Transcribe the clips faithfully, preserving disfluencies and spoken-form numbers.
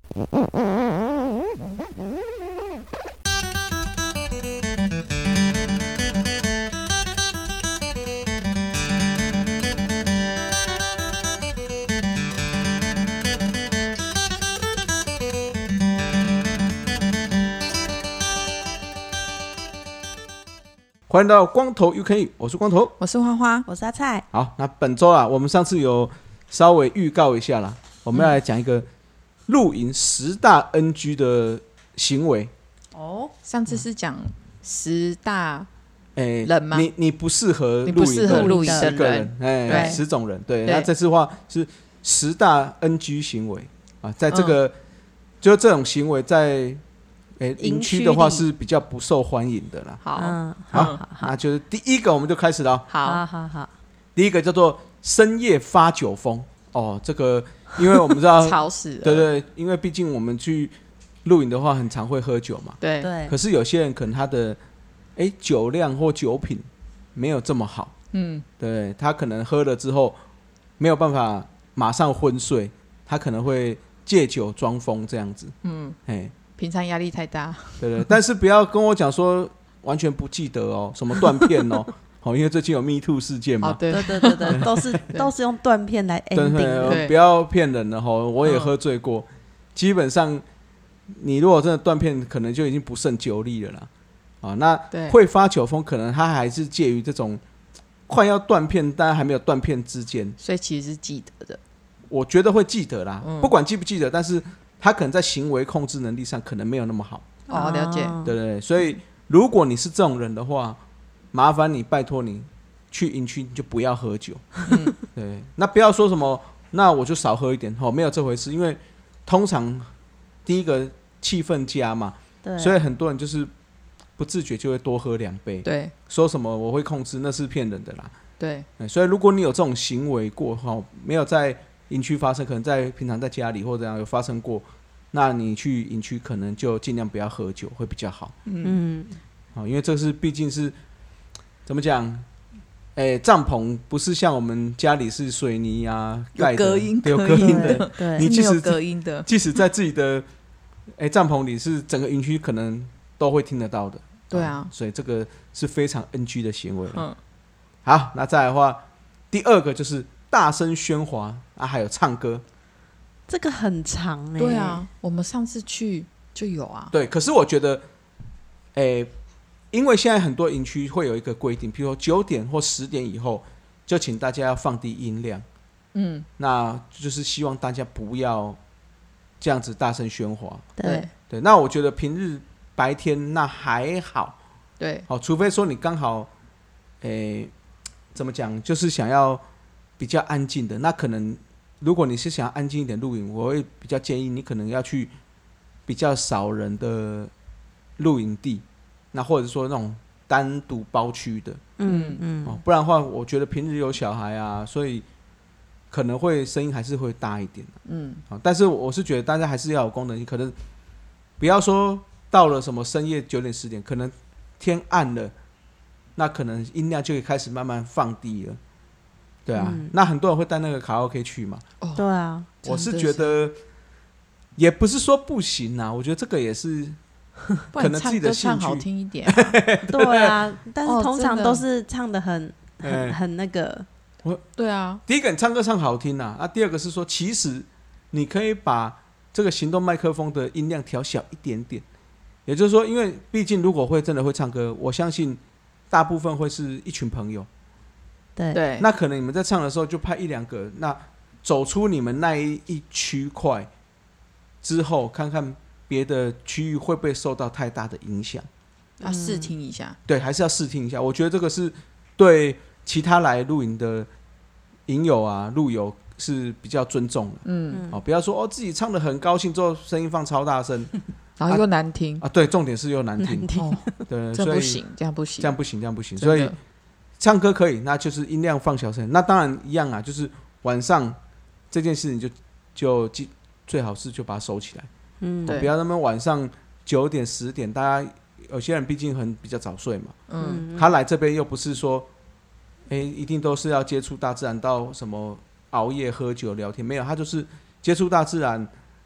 欢迎到光头 U K， 我是光头， 我是花花， 我是阿菜。 好，那本周啊，我们上次有稍微预告一下啦，我们要来讲一个露营十大 N G 的行为。 哦，上次是讲十大哎， 人吗？ 你你不适合你不适合露营的十个人，哎， 对十种人，对。 对那这次的话是十大 N G 行为啊，在这个、嗯、就这种行为在。诶，营区的话是比较不受欢迎的啦。 好， 嗯， 好，好好那就是第一个我们就开始了。 好， 好，好。 第一个叫做深夜发酒疯哦，这个因为我们知道吵死了， 对对，因为毕竟我们去露营的话，很常会喝酒嘛。 对对。 可是有些人可能他的诶酒量或酒品没有这么好，嗯，对，他可能喝了之后没有办法马上昏睡，他可能会借酒装疯这样子，嗯，哎。 平常压力太大， 对对，但是不要跟我讲说完全不记得哦，什么断片哦，好，因为最近有 Me Too 事件嘛， 哦、对对对对对，都是都是用断片来 ending 的， 对，不要骗人了哈，我也喝醉过，嗯、基本上你如果真的断片，可能就已经不胜酒力了啦，啊，那会发酒疯，可能他还是介于这种快要断片但还没有断片之间， 所以其实是记得的， 我觉得会记得啦，嗯、不管记不记得，但是。他可能在行为控制能力上可能没有那么好哦，了解， 对对对，所以如果你是这种人的话，麻烦你拜托你去营区你就不要喝酒，嗯，对，那不要说什么，那我就少喝一点，哦，没有这回事，因为通常第一个气氛佳嘛，对，所以很多人就是不自觉就会多喝两杯， 对， 说什么我会控制，那是骗人的啦， 对， 所以如果你有这种行为过，哦，没有在营区发生，可能在平常在家里或者这样有发生过，那你去营区可能就尽量不要喝酒会比较好。嗯，好，因为这是毕竟是怎么讲？哎，帐篷不是像我们家里是水泥啊盖的， 有隔音， 有隔音的， 对， 你即使隔音的， 即使在自己的哎帐篷里，是整个营区可能都会听得到的。 对啊， 所以这个是非常 N G 的行为。嗯，好，那再来的话，第二个就是大声喧哗啊，还有唱歌， 这个很长哎、欸。 对啊，我们上次去就有啊。 对，可是我觉得，诶、欸，因为现在很多营区会有一个规定，比如说九点或十点以后，就请大家要放低音量。嗯，那就是希望大家不要这样子大声喧哗。 对对，那我觉得平日白天那还好。 对， 好，除非说你刚好，诶、欸，怎么讲，就是想要。比较安静的，那可能如果你是想要安静一点露营，我会比较建议你可能要去比较少人的露营地，那或者说那种单独包区的，嗯嗯、哦，不然的话，我觉得平日有小孩啊，所以可能会声音还是会大一点，嗯，啊，但是我是觉得大家还是要有功能性，可能不要说到了什么深夜九点十点，可能天暗了，那可能音量就可以开始慢慢放低了。对啊、嗯，那很多人会带那个卡拉 OK 去嘛？ 哦，对啊， 我是觉得也不是说不行啊，我觉得这个也是可能自己的兴趣， 唱好听一点、啊。 对啊，但是通常都是唱得很、哦、很很那个。 我对啊， 第一个你唱歌唱好听啊，啊，第二个是说，其实你可以把这个行动麦克风的音量调小一点点，也就是说，因为毕竟如果会真的会唱歌，我相信大部分会是一群朋友。 对， 那可能你们在唱的时候就派一两个，那走出你们那一一区块之后，看看别的区域会不会受到太大的影响， 要试听一下。 对，还是要试听一下。我觉得这个是对其他来露营的营友啊、路友是比较尊重的。嗯，哦，不要说哦自己唱得很高兴，之后声音放超大声， 然后又难听啊, 啊。对，重点是又难听。 难听哦、 对， 这不行，这样不行， 这样不行，这样不行。所以。唱歌可以，那就是音量放小声。那当然一样啊，就是晚上这件事情就就最好是就把它收起来，嗯，不要那么晚上九点十点，大家有些人毕竟很比较早睡嘛，嗯，他来这边又不是说，哎、欸，一定都是要接触大自然到什么熬夜喝酒聊天，没有，他就是接触大自然，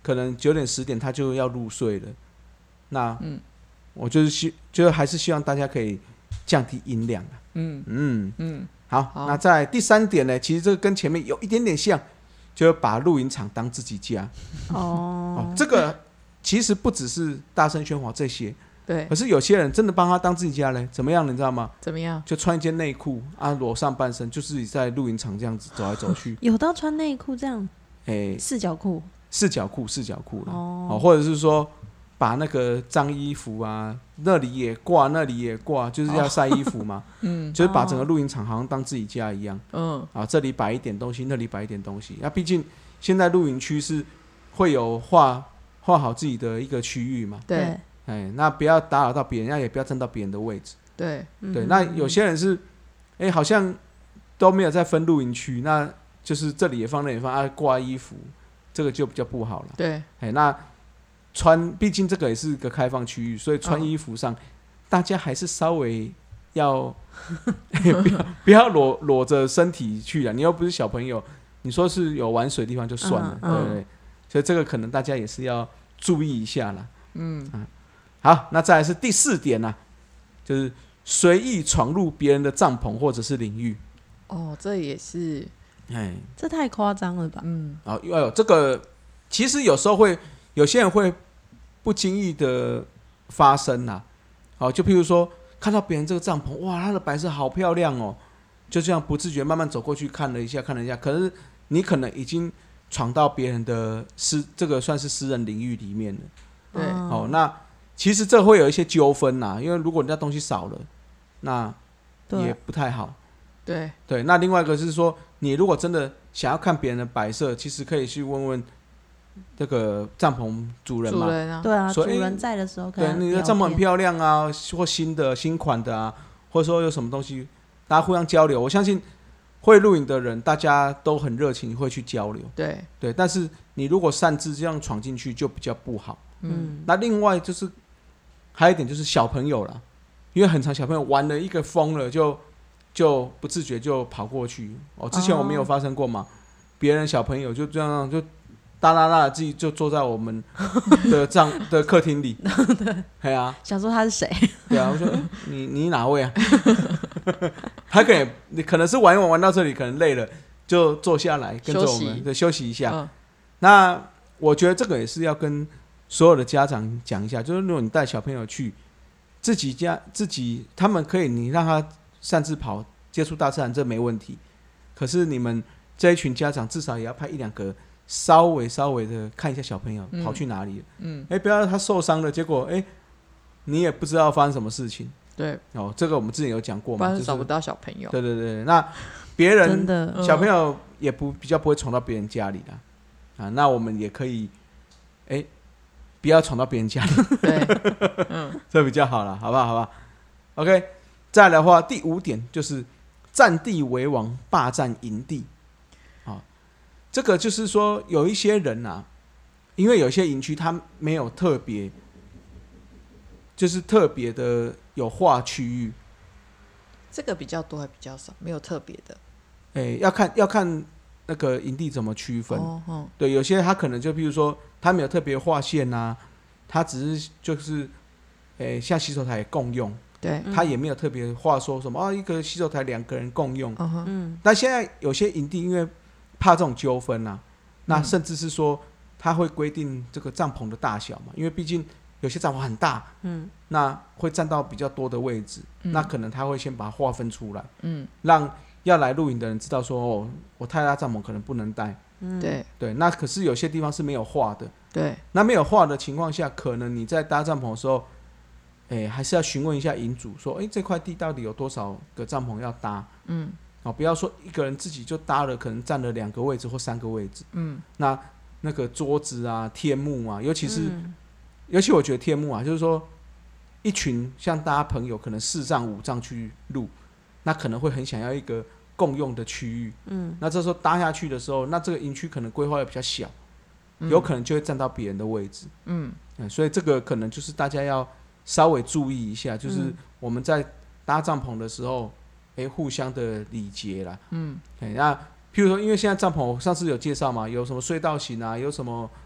可能九点十点他就要入睡了，那嗯，我就是希就还是希望大家可以降低音量啊。嗯嗯嗯，好，好那在第三点呢，其实这个跟前面有一点点像，就是把露营场当自己家。哦，哦这个其实不只是大声喧哗这些。 对， 可是有些人真的帮他当自己家嘞，怎么样？你知道吗？ 怎么样？ 就穿一件内裤啊，裸上半身，就自己在露营场这样子走来走去。 有到穿内裤这样？ 哎、欸， 四角裤， 四角裤，四角裤啦。哦，或者是说把那个脏衣服啊，那里也挂，那里也挂，就是要晒衣服嘛。嗯，就是把整个露营场好像当自己家一样。嗯，啊，这里摆一点东西，那里摆一点东西。那、啊、毕竟现在露营区是会有画画好自己的一个区域嘛。 对。 哎，那不要打扰到别人，那也不要占到别人的位置。 对， 对，那有些人是，哎，好像都没有在分露营区，那就是这里也放，那里也放，啊，挂衣服，这个就比较不好了。 对， 哎，那穿，毕竟这个也是一个开放区域，所以穿衣服上，哦、大家还是稍微要，不要不要裸裸着身体去了。你又不是小朋友，你说是有玩水的地方就算了，嗯、对不对？所以这个可能大家也是要注意一下啦。嗯啊。好，那再来是第四点啊，就是随意闯入别人的帐篷或者是领域。 哦，这也是， 哎，这太夸张了吧？ 嗯，啊，哎呦，这个其实有时候会有些人会不经意的发生啊。好，就譬如说看到别人这个帐篷，哇，它的摆设好漂亮哦，就这样不自觉慢慢走过去看了一下，看了一下，可是你可能已经闯到别人的私，这个算是私人领域里面了。 对， 好，那。其实这会有一些纠纷呐，因为如果人家东西少了，那也不太好。 对对，那另外一个是说，你如果真的想要看别人的摆设，其实可以去问问这个帐篷主人嘛。 主人啊， 对啊，主人在的时候可以， 对，你的帐篷很漂亮啊，或新的新款的啊，或者说有什么东西，大家互相交流。我相信会露营的人，大家都很热情，会去交流。 对对，但是你如果擅自这样闯进去，就比较不好。嗯，那另外就是。还有一点就是小朋友啦，因为很常小朋友玩了一个疯了，就就不自觉就跑过去。哦，之前我们有发生过嘛？别、哦、人小朋友就这样就大啦啦自己就坐在我们的帐的客厅里，对啊， 想说他是谁？ 对啊，我说、欸、你你哪位啊？他可能你可能是玩一玩玩到这里，可能累了，就坐下来跟着我们对休息一下、嗯。那我觉得这个也是要跟。所有的家长讲一下，就是如果你带小朋友去自己家，自己他们可以，你让他擅自跑接触大自然，这没问题。可是你们这一群家长至少也要派一两个，稍微稍微的看一下小朋友跑去哪里了。嗯，哎、欸，不要让他受伤了，结果哎、欸，你也不知道發生什麼事情。 对， 哦，这个我们之前有講過嘛， 不然是找不到小朋友。 就是、对對對，那別人小朋友也不比較不會闖到別人家裡啦。啊，那我們也可以，哎、欸。不要闖到別人家裡， 對，嗯， 這比較好了，好不好？好不好 ？OK， 再來的話，第五點就是佔地為王，霸佔營地。啊，這個就是說有一些人啊，因為有些營區它沒有特別，就是特別的有劃區域。 這個比較多還比較少，沒有特別的。 欸、要看要看那個營地怎麼區分。哦哦、對，有些它可能就譬如說。他沒有特別劃線啊，他只是就是，誒、欸，像洗手台共用， 對， 他也沒有特別話說什麼啊，一個洗手台兩個人共用， 嗯嗯。 但現在有些營地因為怕這種糾紛啊，那甚至是說他會規定這個帳篷的大小嘛，因為畢竟有些帳篷很大，嗯，那會佔到比較多的位置，嗯、那可能他會先把它劃分出來，嗯，讓要來露營的人知道說，哦，我太大帳篷可能不能帶。 嗯、對對，那可是有些地方是沒有畫的。 對， 那沒有畫的情況下，可能你在搭帳篷的時候，誒，還是要詢問一下營主，說，誒，這塊地到底有多少個帳篷要搭？嗯，哦，不要說一個人自己就搭了，可能佔了兩個位置或三個位置。嗯，那那個桌子啊、天幕啊，尤其是，嗯、尤其我覺得天幕啊，就是說，一群像大家朋友可能四帳五帳去錄，那可能會很想要一個。共用的區域，嗯，那這時候搭下去的時候，那這個營區可能規劃的比較小，嗯、有可能就會佔到別人的位置，嗯，嗯，所以這個可能就是大家要稍微注意一下，就是我們在搭帳篷的時候，欸、互相的禮節啦，嗯，欸、那譬如說，因為現在帳篷我上次有介紹嘛，有什麼隧道型啊，有什麼，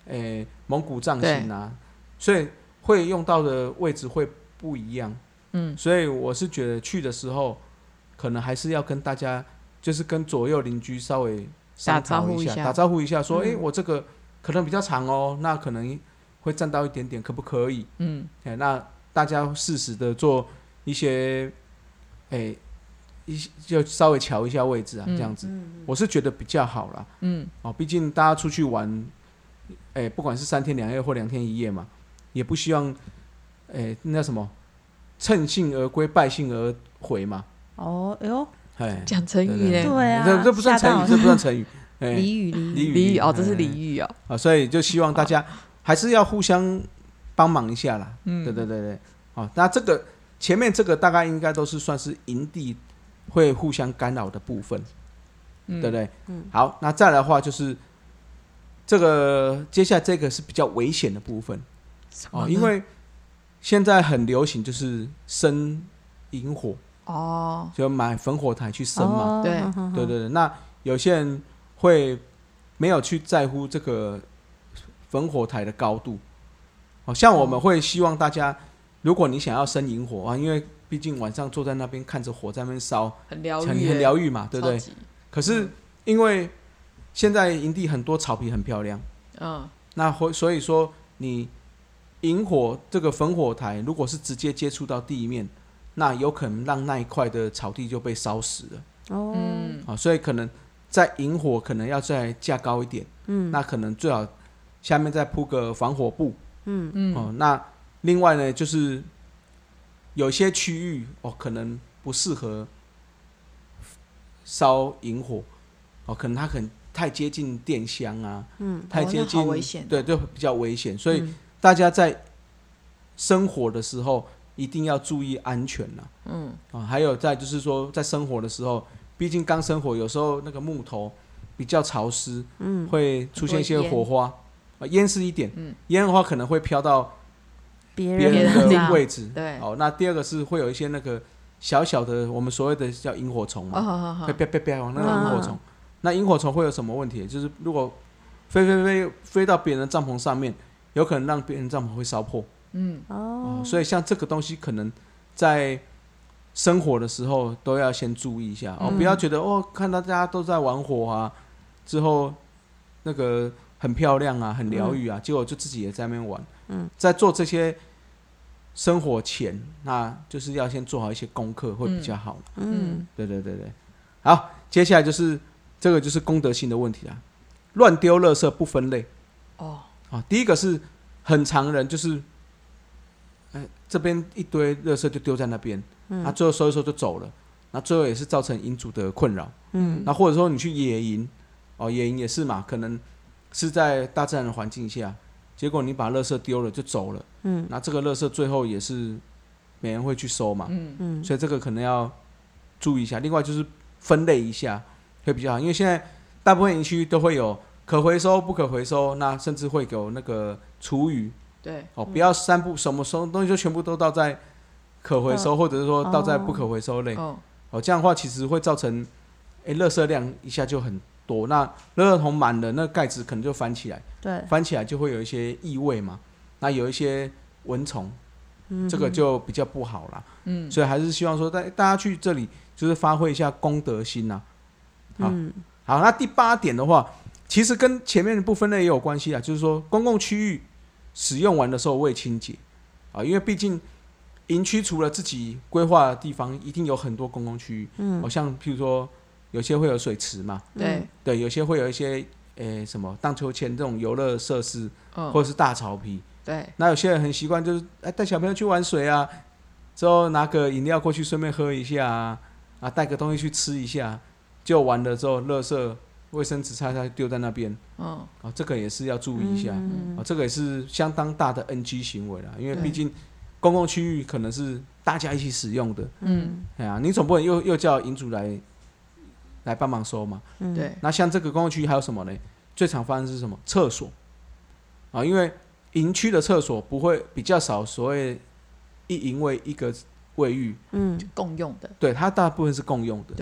诶蒙古杖型啊，所以会用到的位置会不一样。 嗯， 所以我是觉得去的时候，可能还是要跟大家，就是跟左右邻居稍微商讨一下，打招呼一下，说，哎、嗯欸，我这个可能比较长哦，那可能会占到一点点，可不可以？嗯，哎，那大家适时的做一些，哎、欸，一就稍微瞧一下位置啊，嗯、这样子，我是觉得比较好啦。嗯，哦，毕竟大家出去玩，哎、欸，不管是三天两夜或两天一夜嘛，也不希望，哎、欸，那什么。乘兴而归，败兴而回嘛。 哦，哎呦， 讲成语嘞， 对啊， 这这不算成语，这不算成语， 俚语， 俚语哦，这是俚语哦。 啊，所以就希望大家还是要互相帮忙一下啦。嗯，对对对对。好，那这个前面这个大概应该都是算是营地会互相干扰的部分，对不对？嗯。好，那再来的话就是这个接下来这个是比较危险的部分哦，因为。现在很流行就是生萤火哦，就买烽火台去生嘛。 哦、对对对对，那有些人会没有去在乎这个烽火台的高度。哦，像我们会希望大家，如果你想要生萤火啊，因为毕竟晚上坐在那边看着火在那边烧， 很疗愈， 很疗愈嘛，对不对？可是因为现在营地很多草皮很漂亮，嗯，那所以说你。萤火这个烽火台，如果是直接接触到地面，那有可能让那一块的草地就被烧死了。哦，嗯，啊，所以可能在萤火可能要再架高一点，嗯，那可能最好下面再铺个防火布，嗯嗯，哦，那另外呢，就是有些区域哦，可能不适合烧萤火，哦，可能它很太接近电箱啊，嗯，太接近， 哦，好危险， 对，就比较危险，所以。嗯大家在生火的时候一定要注意安全啦。嗯，啊，还有再就是说，在生火的时候，毕竟刚生火，有时候那个木头比较潮湿，嗯，会出现一些火花，啊，烟是一点，嗯，烟的话可能会飘到别人的位置， 对， 哦，那第二个是会有一些那个小小的我们所谓的叫萤火虫嘛， 哦， 会啪啪啪那个萤火虫，哦，那萤火虫会有什么问题？就是如果飞飞飞飞到别人的帐篷上面。有可能让别人帐篷会烧破，嗯哦，所以像这个东西可能在生火的时候都要先注意一下哦，嗯，不要觉得哦，看到大家都在玩火啊，之后那个很漂亮啊，很疗愈啊，嗯，结果就自己也在那边玩，嗯，在做这些生火前，那就是要先做好一些功课会比较好，嗯，嗯对对对对，好，接下来就是这个就是公德心的问题啦，乱丢垃圾不分类，哦。啊，第一个是很常人就是，欸、这边一堆垃圾就丢在那边，嗯，啊，最后收一收就走了，那最后也是造成营主的困扰，嗯，那或者说你去野营，哦，野营也是嘛，可能是在大自然的环境下，结果你把垃圾丢了就走了，嗯，那这个垃圾最后也是没人会去收嘛，嗯嗯，所以这个可能要注意一下。另外就是分类一下会比较好，因为现在大部分营区都会有。可回收、不可回收，那甚至会有那个厨余， 对， 哦，不要三不什么东西就全部都倒在可回收，哦，或者是说倒在不可回收类，哦，哦，这样的话其实会造成，哎，垃圾量一下就很多，那垃圾桶满了，那盖子可能就翻起来， 对， 翻起来就会有一些异味嘛，那有一些蚊虫，嗯，这个就比较不好啦，嗯，所以还是希望说大大家去这里就是发挥一下公德心呐，好，嗯，好，那第八点的话。其实跟前面的不分类也有关系啊，就是说公共区域使用完的时候未清洁啊，因为毕竟营区除了自己规划的地方，一定有很多公共区域，嗯，好像譬如说有些会有水池嘛， 对对，有些会有一些诶、欸、什么荡秋千这种游乐设施，哦，或者是大草皮， 对， 那有些人很习惯就是哎带小朋友去玩水啊，之后拿个饮料过去顺便喝一下啊，啊带个东西去吃一下，就完了之后垃圾。卫生纸擦擦丢在那边，哦，啊，这个也是要注意一下，嗯，啊，这个也是相当大的 N G 行为啦，因为毕竟公共区域可能是大家一起使用的，嗯，哎呀，你总不能又又叫营主来来帮忙收嘛， 嗯，对。 那像这个公共区域还有什么呢？最常发生是什么？厕所，啊，因为营区的厕所不会比较少，所谓一营为一个卫浴， 嗯，共用的， 对，它大部分是共用的， 对。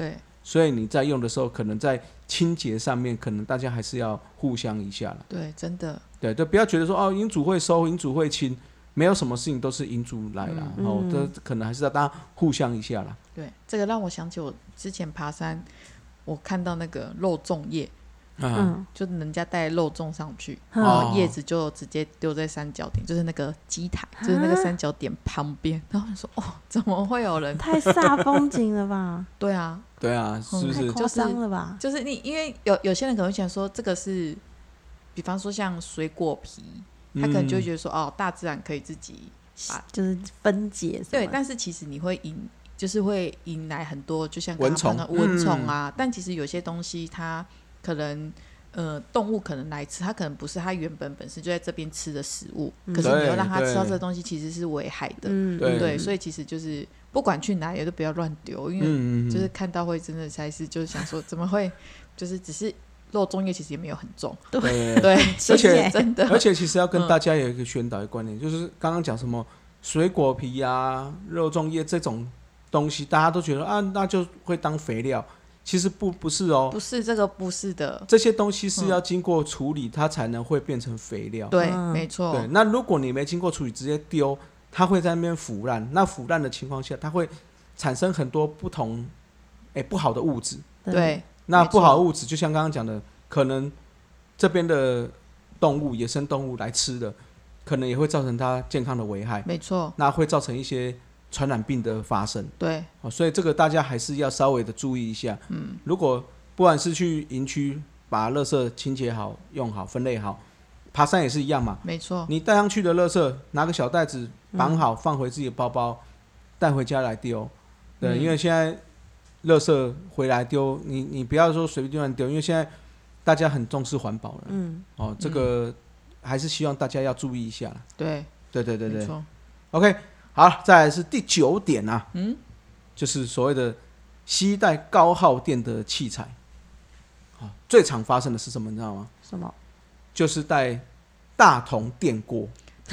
所以你在用的时候，可能在清洁上面，可能大家还是要互相一下了。 对，真的。 对，就不要觉得说哦，营主会收，营主会清，没有什么事情都是营主来啦。 嗯、 哦，这可能还是要大家互相一下啦。 对，这个让我想起我之前爬山，我看到那个肉粽叶。嗯，就人家带肉粽上去，嗯、然后叶子就直接丢在三角点，就是那个基台，就是那个三角点旁边。然后我说：“哦，怎么会有人？ 太煞风景了吧？” 对啊， 对啊，是不是？ 太夸张了吧？ 就是、就是你，因为有有些人可能会想说，这个是，比方说像水果皮，他可能就会觉得说，嗯、哦，大自然可以自己把就是分解。 对，但是其实你会引，就是会引来很多，就像刚刚的蚊虫啊。嗯、但其实有些东西它。可能呃动物可能来吃，它可能不是它原本本身就在这边吃的食物，嗯、可是你要让它吃到这个东西，其实是危害的。嗯、对, 对，所以其实就是不管去哪里都不要乱丢，因为就是看到会真的才是就是想说怎么会就是只是肉粽叶其实也没有很重。 对对， 而且真的， 而且其实要跟大家有一个宣导的观念，嗯、就是刚刚讲什么水果皮啊、肉粽叶这种东西，大家都觉得啊，那就会当肥料。其实不不是哦， 不是这个不是的， 这些东西是要经过处理，嗯、它才能会变成肥料。 对，嗯、没错。 对，那如果你没经过处理，直接丢，它会在那边腐烂。那腐烂的情况下，它会产生很多不同，哎，不好的物质。 对， 那不好的物质，就像刚刚讲的，可能这边的动物、野生动物来吃的，可能也会造成它健康的危害。 没错， 那会造成一些传染病的发生。 对、 哦，所以这个大家还是要稍微的注意一下。嗯，如果不管是去营区把垃圾清洁好、用好、分类好，爬山也是一样嘛。 没错， 你带上去的垃圾，拿个小袋子绑好，嗯、放回自己的包包，带回家来丢。对，嗯、因为现在垃圾回来丢，你你不要说随便乱丢，因为现在大家很重视环保了。嗯，哦，这个还是希望大家要注意一下啦。 对， 对对对对， 没错。 OK。好，再来是第九点啊，嗯，就是所谓的携带高耗电的器材。啊，最常发生的是什么？你知道吗？ 什么？ 就是带大同电锅。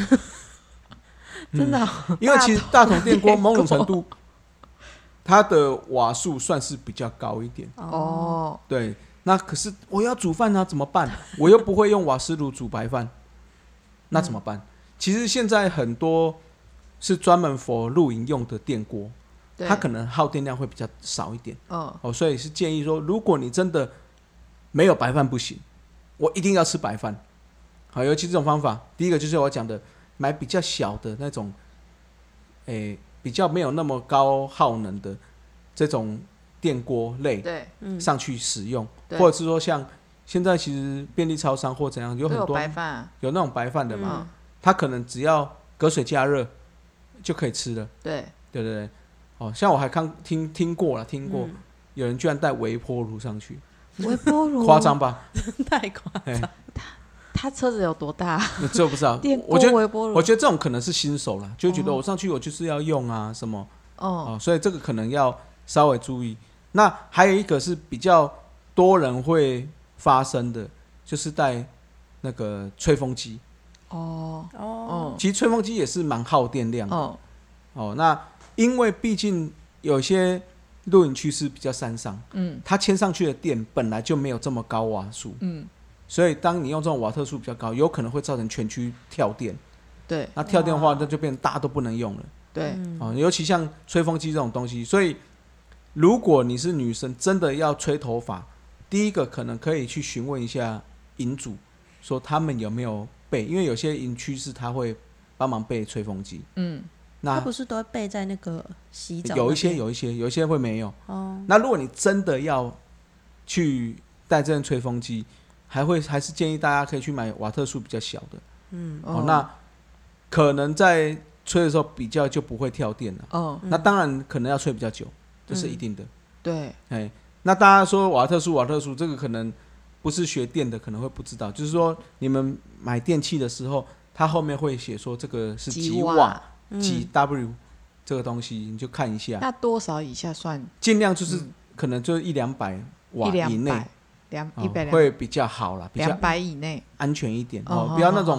真的、哦嗯，因为其实大同电锅某种程度，它的瓦数算是比较高一点。哦，对，那可是我要煮饭啊，怎么办？我又不会用瓦斯炉煮白饭，那怎么办？嗯、其实现在很多。是专门 for 露营用的电锅，它可能耗电量会比较少一点。哦，哦，所以是建议说，如果你真的没有白饭不行，我一定要吃白饭。好，尤其这种方法，第一个就是我讲的，买比较小的那种，诶，比较没有那么高耗能的这种电锅类， 对，嗯、 上去使用，或者是说像现在其实便利超商或怎样有很多有白饭、啊， 有那种白饭的嘛， 嗯、 它可能只要隔水加热。就可以吃了。 对对对对，哦，像我还看听听过了，听过、嗯、有人居然带微波炉上去， 微波炉夸张吧？ 太夸张。 他他车子有多大？ 这我不知道。 电锅微波炉， 我觉得这种可能是新手啦，就觉得我上去我就是要用啊什么哦、哦，所以这个可能要稍微注意。那还有一个是比较多人会发生的，就是带那个吹风机。哦哦，其实吹风机也是蛮耗电量的。哦哦，那因为毕竟有些露营区是比较山上，嗯，它牵上去的电本来就没有这么高瓦数，嗯，所以当你用这种瓦特数比较高，有可能会造成全区跳电。 对， 那跳电的话，那就变成大家都不能用了。 对， 哦，尤其像吹风机这种东西，所以如果你是女生，真的要吹头发，第一个可能可以去询问一下营主，说他们有没有备，因为有些营区是他会帮忙备吹风机。嗯，那他不是都会备在那个洗澡？ 有一些，有一些，有一些会没有。哦，那如果你真的要去带这种吹风机，还会还是建议大家可以去买瓦特数比较小的。嗯，哦，那可能在吹的时候比较就不会跳电了。哦，那当然可能要吹比较久，这是一定的。 嗯、对， 哎，那大家说瓦特数，瓦特数这个可能。不是学电的可能会不知道，就是说你们买电器的时候，它后面会写说这个是几瓦、几 W、嗯、这个东西，你就看一下。 那多少以下算？ 尽量就是、嗯、可能就是一两百瓦以内， 两一百会比较好啦，比较两百以内安全一点哦，不要那种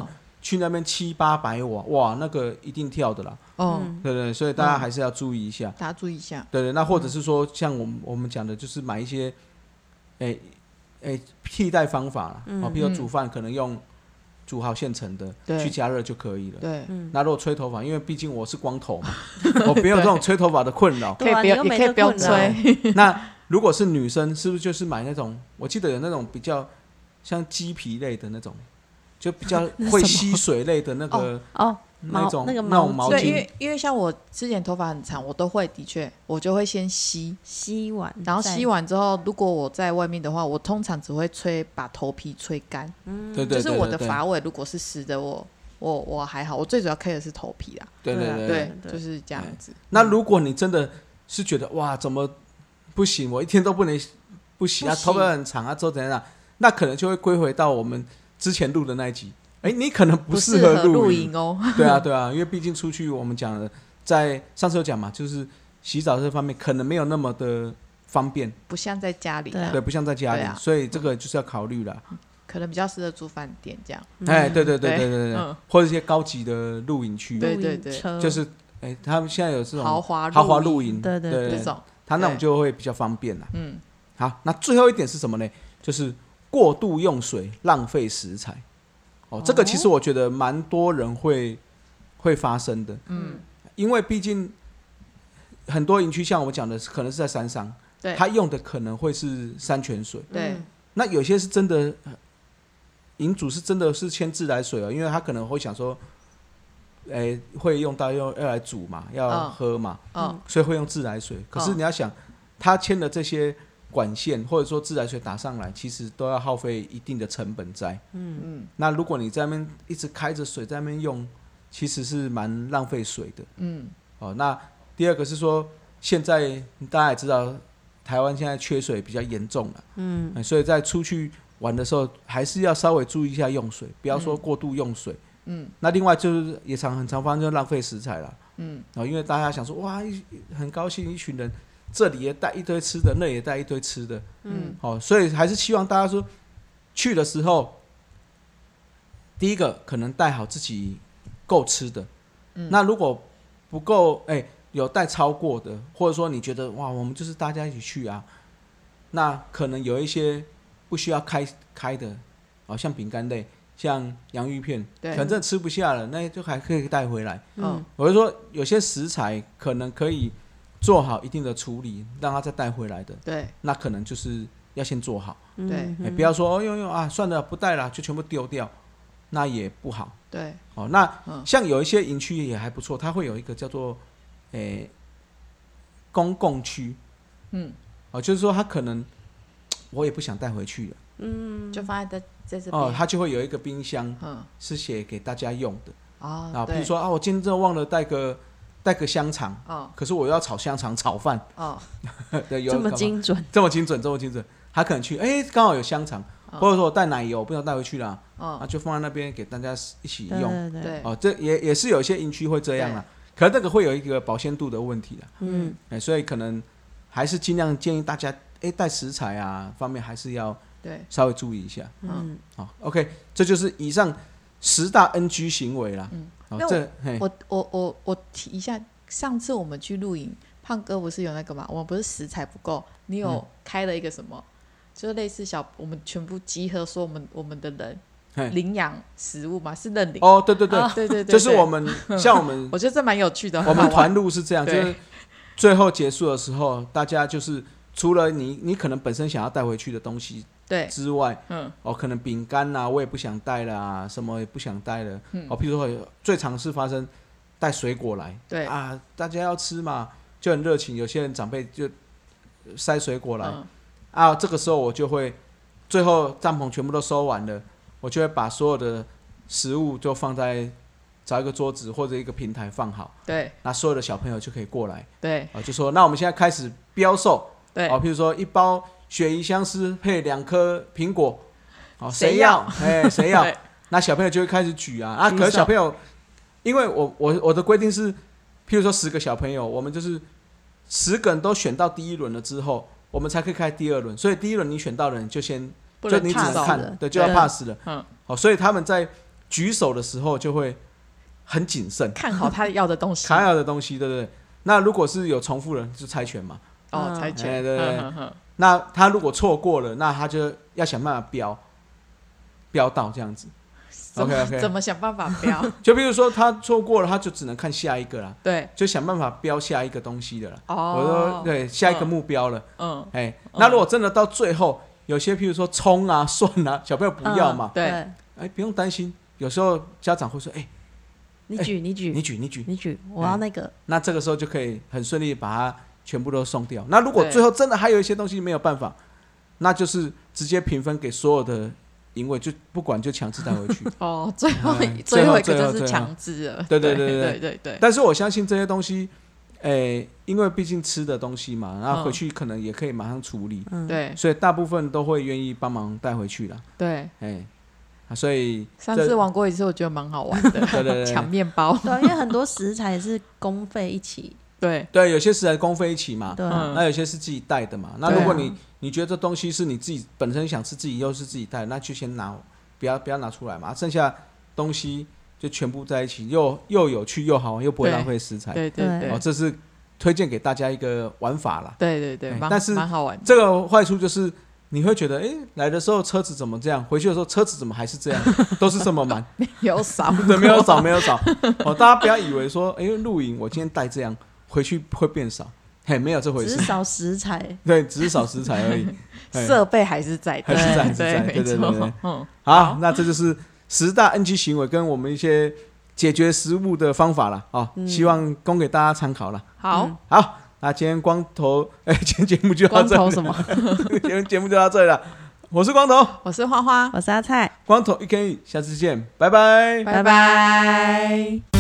去那边七八百瓦，哇，那个一定跳的啦。 哦， 对对，所以大家还是要注意一下。 大家注意一下。 对对，那或者是说，像我们我们讲的，就是买一些，诶诶替代方法啦。 嗯哦，比如煮饭可能用煮好现成的，去加热就可以了。 对。 那如果吹头发，因为毕竟我是光头嘛，我没有这种吹头发的困扰。 可以不要，也可以不用吹。 那如果是女生，是不是就是买那种？我记得有那种比较像鸡皮类的那种。就比较会吸水类的那个哦， 那种那个那种毛巾， 对，因为因为像我之前头发很长，我都会的确，我就会先吸吸完， 然后吸完之后，如果我在外面的话，我通常只会吹把头皮吹干， 嗯， 对对， 就是我的发尾如果是湿的，我我我还好，我最主要 care 的是头皮啦， 对对对对，就是这样子。 那如果你真的是觉得哇，怎么不行，我一天都不能不洗啊，头发很长啊，之后怎样，那可能就会归回到我们之前录的那一集，哎、欸，你可能不适合露营哦。 对啊，对啊，因为毕竟出去我们讲的，在上次有讲嘛，就是洗澡这方面可能没有那么的方便， 不像在家里， 对，不像在家里，啊、所以这个就是要考虑了。 可能比较适合住饭店这样。 哎、嗯，对对对对对对，嗯、或者一些高级的露营区， 对对对， 就是哎、欸，他们现在有这种豪华豪华露营， 对对对， 这种他那种就会比较方便啦。 嗯， 好，那最后一点是什么呢？就是过度用水，浪费食材。哦，这个其实我觉得蛮多人会会发生的，嗯，因为毕竟很多营区像我们讲的，可能是在山上， 对， 他用的可能会是山泉水， 对， 那有些是真的，营主是真的是牵自来水哦，因为他可能会想说，诶、欸，会用到要要来煮嘛，要喝嘛，嗯，所以会用自来水。可是你要想，他牵的这些管线或者说自来水打上来，其实都要耗费一定的成本在。嗯嗯。那如果你在那边一直开着水在那边用，其实是蛮浪费水的。嗯。哦，那第二个是说，现在大家也知道，台湾现在缺水比较严重了。嗯、欸。所以在出去玩的时候，还是要稍微注意一下用水，不要说过度用水。嗯。那另外就是也常很常发生，就浪费食材了。嗯。哦，因为大家想说，哇，很高兴一群人。这里也带一堆吃的，那里也带一堆吃的，嗯，好、哦，所以还是希望大家说，去的时候，第一个可能带好自己够吃的，嗯，那如果不够，哎、欸，有带超过的，或者说你觉得哇，我们就是大家一起去啊，那可能有一些不需要开开的，哦，像饼干类，像洋芋片，反正吃不下了，那就还可以带回来，嗯，我就说有些食材可能可以。做好一定的处理，让他再带回来的， 对， 那可能就是要先做好， 对， 欸、不要说哦用用啊，算了，不带了，就全部丢掉，那也不好， 对， 哦，那、嗯、像有一些营区也还不错，它会有一个叫做诶、欸、公共区，嗯，哦，就是说他可能我也不想带回去了， 嗯，就放在在这边， 哦，他就会有一个冰箱，嗯，是写给大家用的， 哦， 啊，比如说啊，我今天真的忘了带个。带个香肠，哦，可是我要炒香肠炒饭，哦， 对，有这么精准， 这么精准，这么精准，他可能去，哎、欸，刚好有香肠，哦、或者说我带奶油，我不想带回去啦，哦，啊，就放在那边给大家一起用， 对对， 哦，这也也是有一些营区会这样啦，可是那个会有一个保鲜度的问题啦，嗯，哎、欸，所以可能还是尽量建议大家，哎、欸，带食材啊方面还是要对稍微注意一下，嗯，好 ，OK， 这就是以上十大 N G 行为啦。嗯那我我我我我提一下，上次我们去露营，胖哥不是有那个嘛？我们不是食材不够，你有开了一个什么？嗯、就是类似小，我们全部集合说我们我们的人领养食物嘛，是认领哦，对对对， 对对对， 就是我们像我们， 我觉得这蛮有趣的。 我们团路是这样，就是最后结束的时候，大家就是除了你你可能本身想要带回去的东西。对之外，嗯，哦，可能饼干啊，我也不想带了啊，什么也不想带了，嗯，哦，譬如说最常是发生带水果来，对啊，大家要吃嘛，就很热情，有些人长辈就塞水果来，嗯、啊，这个时候我就会最后帐篷全部都收完了，我就会把所有的食物就放在找一个桌子或者一个平台放好，对，那所有的小朋友就可以过来，对，啊，就说那我们现在开始标售，对，哦，譬如说一包。鳕鱼香丝配两颗苹果，好，谁要？哎，谁要？那小朋友就会开始举啊啊！可是小朋友，因为我我我的规定是，譬如说十个小朋友，我们就是十个人都选到第一轮了之后，我们才可以开第二轮。所以第一轮你选到的人就先，就你只能看，对，就要 pass 了。嗯，好，所以他们在举手的时候就会很谨慎， 看好他要的东西， 看好的东西，对不对？那如果是有重复的，就猜拳嘛。 哦，猜拳， 哎，对对对。那他如果错过了，那他就要想办法标，标到这样子。 怎么 OK OK， 怎么想办法标？ 就比如说他错过了，他就只能看下一个啦。 对， 就想办法标下一个东西的啦。 哦， 我说对，下一个目标了。 嗯， 哎、欸，那如果真的到最后，有些譬如说葱啊、蒜啊，小朋友不要嘛。 嗯、对， 哎、欸，不用担心。有时候家长会说：“哎、欸， 你举，你举， 你举，你举， 你举，我要那个。欸” 那这个时候就可以很顺利把它全部都送掉。那如果最后真的还有一些东西没有办法，那就是直接平分给所有的营位，就不管就强制带回去。 哦，最后、欸、最后一个就是强制了。 对对对对对, 对对对。 但是我相信这些东西，哎、欸，因为毕竟吃的东西嘛，然后回去可能也可以马上处理。 嗯，对。 所以大部分都会愿意帮忙带回去啦。 对。 哎、欸。所以上次玩过一次，我觉得蛮好玩的。 对对对， 抢面包。 对，因为很多食材是公费一起。 对对，有些食材公费一起嘛。 对、 嗯。那有些是自己带的嘛。那如果你、啊、你觉得这东西是你自己本身想吃，自己又是自己带，那就先拿，不要不要拿出来嘛。剩下东西就全部在一起，又又有趣又好玩，又不会浪费食材。 对对 对, 对。 哦，这是推荐给大家一个玩法啦。 对对对。欸、 但是蛮好玩的。 这个坏处就是。你会觉得，哎、欸，来的时候车子怎么这样？回去的时候车子怎么还是这样？都是这么满， 没有少， 对，没有少，没有少。哦，大家不要以为说，哎、欸，露营我今天带这样回去会变少，嘿，没有这回事， 只是少食材， 对，只是少食材而已， 设备还是在， 还是在，还是在，对对对对。嗯，好，那这就是十大 N G 行为跟我们一些解决食物的方法了，哦、嗯，希望供给大家参考了。 好， 嗯、好。那今天光头，哎、欸，今天节目就到这里。 光头什么？ 今天节目就到这里了。我是光头， 我是花花， 我是阿菜。 哎光头一 K， 下次见，拜拜， 拜拜。